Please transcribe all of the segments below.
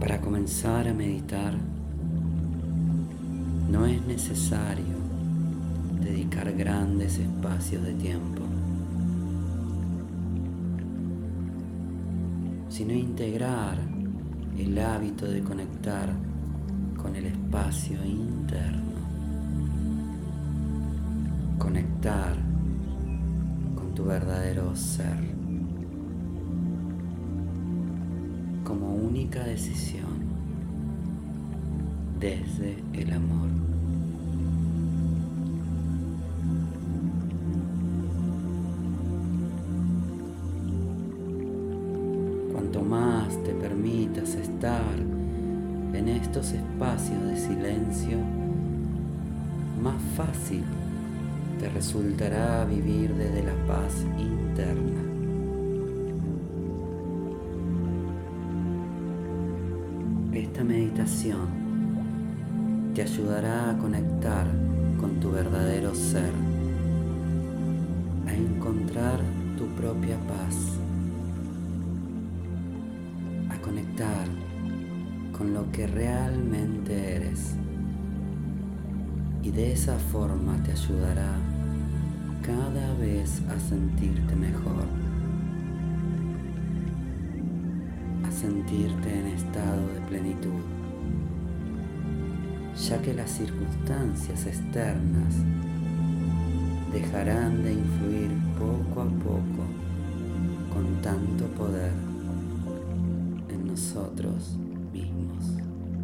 Para comenzar a meditar, no es necesario dedicar grandes espacios de tiempo, sino integrar el hábito de conectar con el espacio interno, conectar con tu verdadero ser, como única decisión desde el amor. Cuanto más te permitas estar en estos espacios de silencio, más fácil te resultará vivir desde la paz interna. Esta meditación te ayudará a conectar con tu verdadero ser, a encontrar tu propia paz, a conectar con lo que realmente eres, y de esa forma te ayudará cada vez a sentirte mejor, a sentirte en estado de plenitud, ya que las circunstancias externas dejarán de influir poco a poco con tanto poder en nosotros mismos.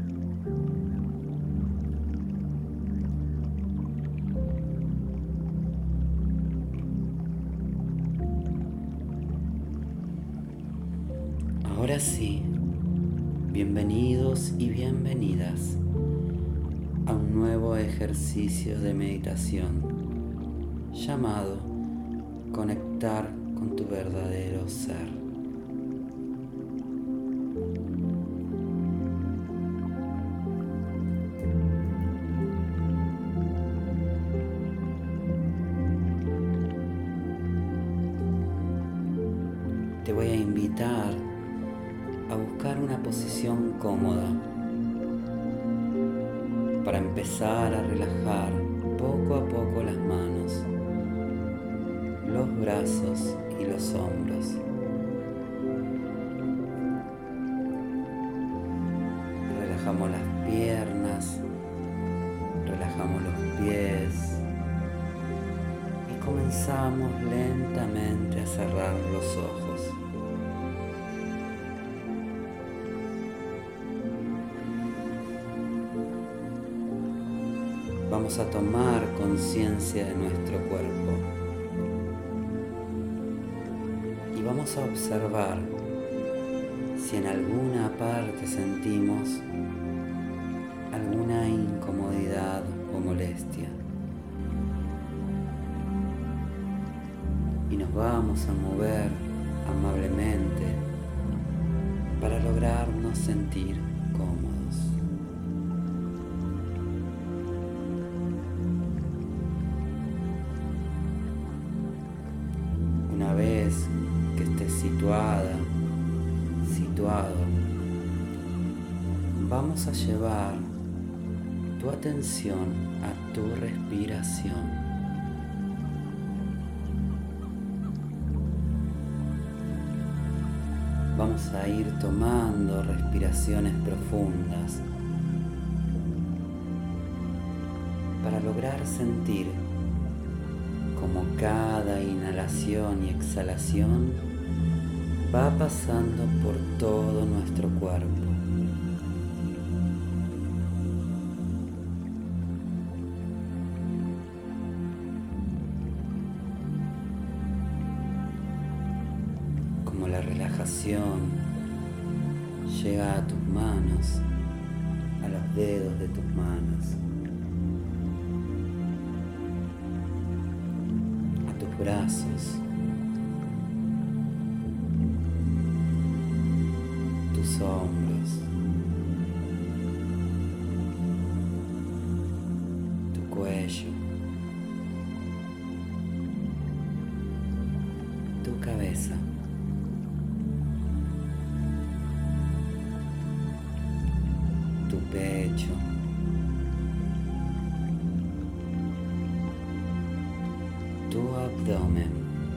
Ahora sí, bienvenidos y bienvenidas a un nuevo ejercicio de meditación llamado Conectar con tu verdadero ser. Te voy a invitar a buscar una posición cómoda para empezar a relajar poco a poco las manos, los brazos y los hombros. Relajamos las piernas, relajamos los pies y comenzamos lentamente a cerrar los ojos. Vamos a tomar conciencia de nuestro cuerpo y vamos a observar si en alguna parte sentimos alguna incomodidad o molestia. Y nos vamos a mover amablemente para lograrnos sentir cómodos. Una vez que estés situado, vamos a llevar tu atención a tu respiración. Vamos a ir tomando respiraciones profundas para lograr sentir como cada inhalación y exhalación va pasando por todo nuestro cuerpo. Como la relajación llega a tus manos, a los dedos de tus manos, a tus brazos, tus hombros, tu cuello, tu cabeza. pecho, tu abdomen,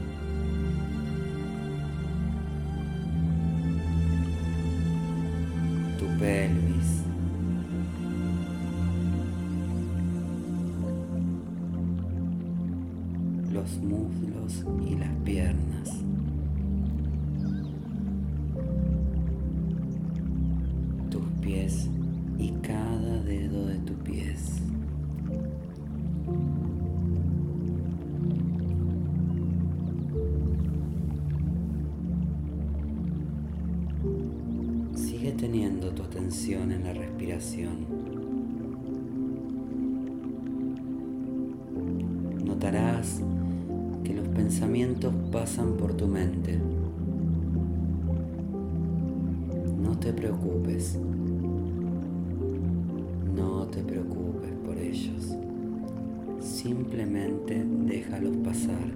tu pelvis, los muslos y las piernas, tus pies y cada dedo de tus pies. Sigue teniendo tu atención en la respiración. Notarás que los pensamientos pasan por tu mente. No te preocupes. No te preocupes por ellos. Simplemente déjalos pasar.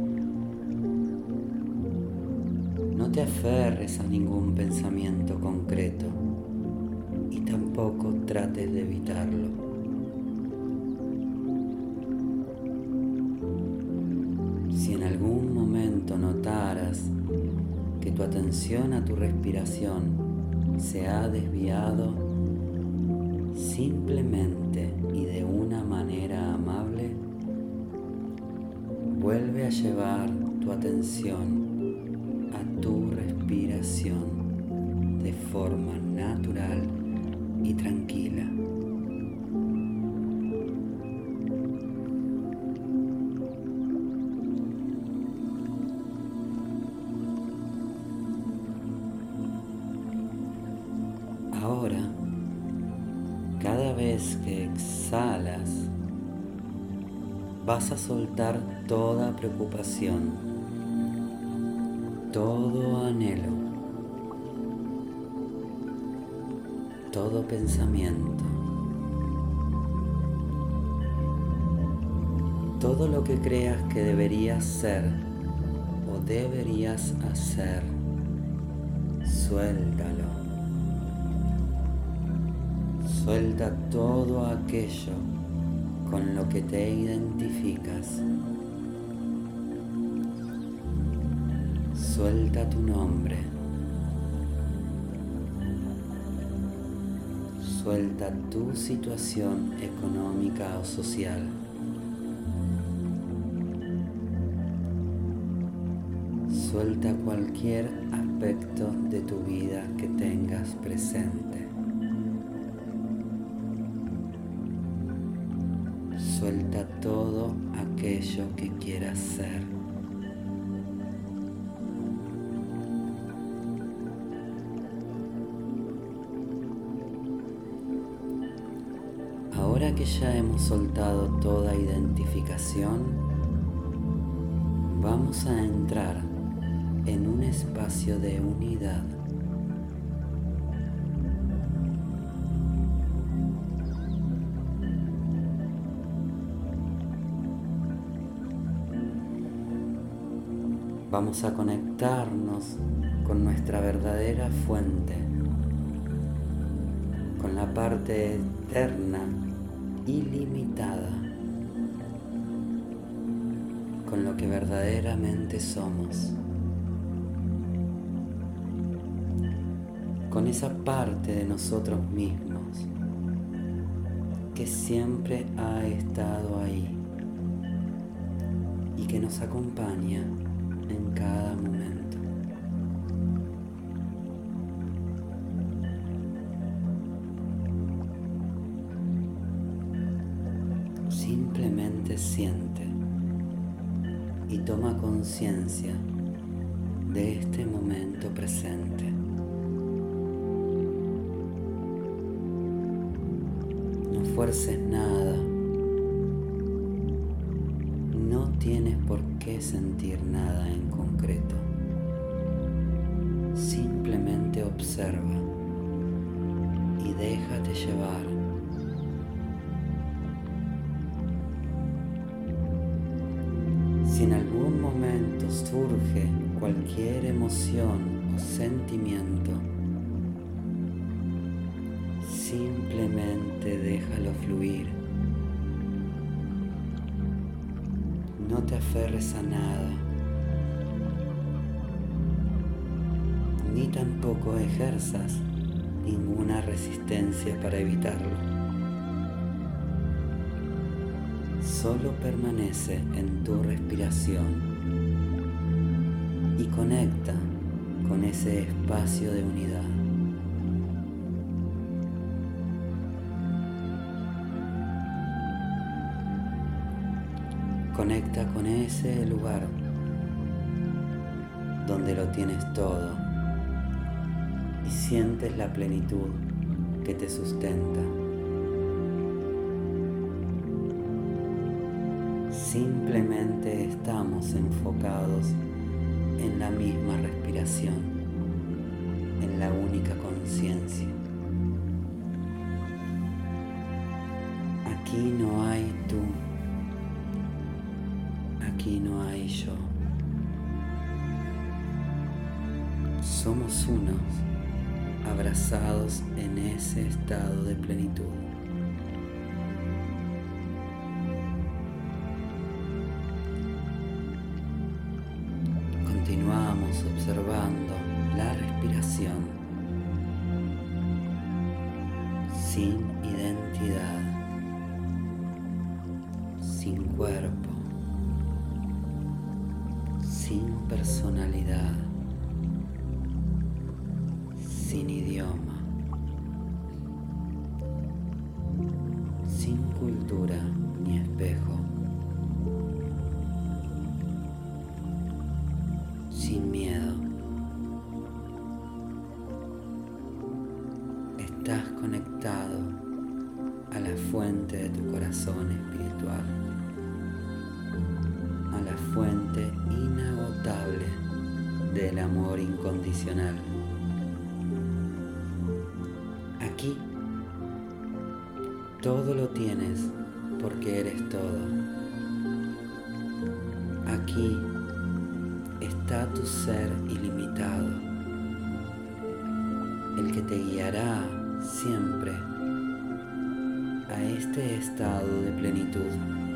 No te aferres a ningún pensamiento concreto y tampoco trates de evitarlo. Si en algún momento notaras que tu atención a tu respiración se ha desviado, simplemente y de una manera amable, vuelve a llevar tu atención a tu respiración de forma natural y tranquila. Ahora, cada vez que exhalas, vas a soltar toda preocupación, todo anhelo, todo pensamiento, todo lo que creas que deberías ser o deberías hacer. Suéltalo. Suelta todo aquello con lo que te identificas. Suelta tu nombre. Suelta tu situación económica o social. Suelta cualquier aspecto de tu vida que tengas presente. Suelta todo aquello que quieras ser. Ahora que ya hemos soltado toda identificación, vamos a entrar en un espacio de unidad. Vamos a conectarnos con nuestra verdadera fuente, con la parte eterna, ilimitada, con lo que verdaderamente somos, con esa parte de nosotros mismos que siempre ha estado ahí y que nos acompaña en cada momento. Simplemente siente y toma conciencia de este momento presente. No fuerces nada. No tienes por qué sentir nada en concreto. Simplemente observa y déjate llevar. Si en algún momento surge cualquier emoción o sentimiento, Simplemente déjalo fluir. No te aferres a nada, ni tampoco ejerzas ninguna resistencia para evitarlo. Solo permanece en tu respiración y conecta con ese espacio de unidad. Conecta con ese lugar donde lo tienes todo y sientes la plenitud que te sustenta. Simplemente estamos enfocados en la misma respiración, en la única conciencia. Aquí no hay tú. Aquí no hay yo. Somos unos, abrazados en ese estado de plenitud. Continuamos observando la respiración sin identidad, sin cuerpo, sin personalidad, sin idioma, sin cultura ni espejo, sin miedo. Estás conectado a la fuente de tu corazón espiritual, a la fuente inagotable del amor incondicional. Aquí todo lo tienes porque eres todo. Aquí está tu ser ilimitado, el que te guiará siempre a este estado de plenitud.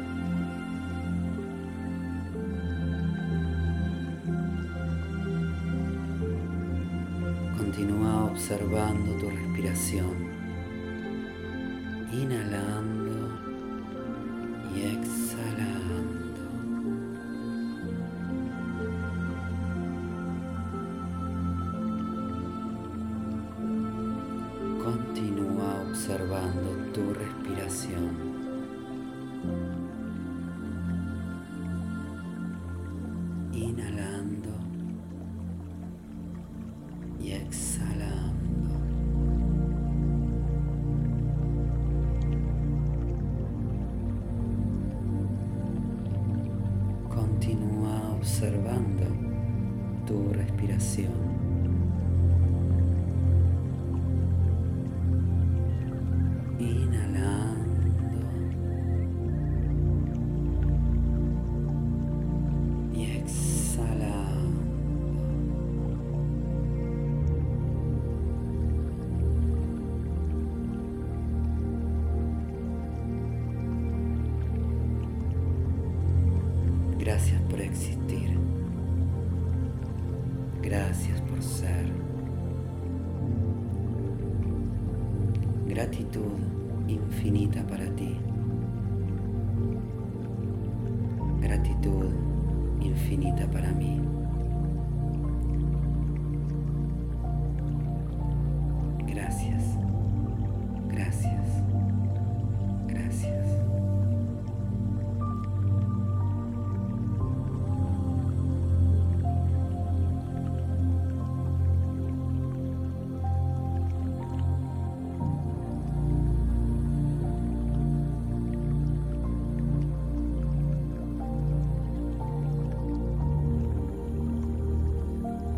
Continúa observando tu respiración, inhalando y exhalando. Continúa observando tu respiración. Inhalando y exhalando. Continúa observando tu respiración. Inhalando y exhalando. Gracias por existir. Gracias por ser. Gratitud infinita para ti. Gratitud infinita para mí.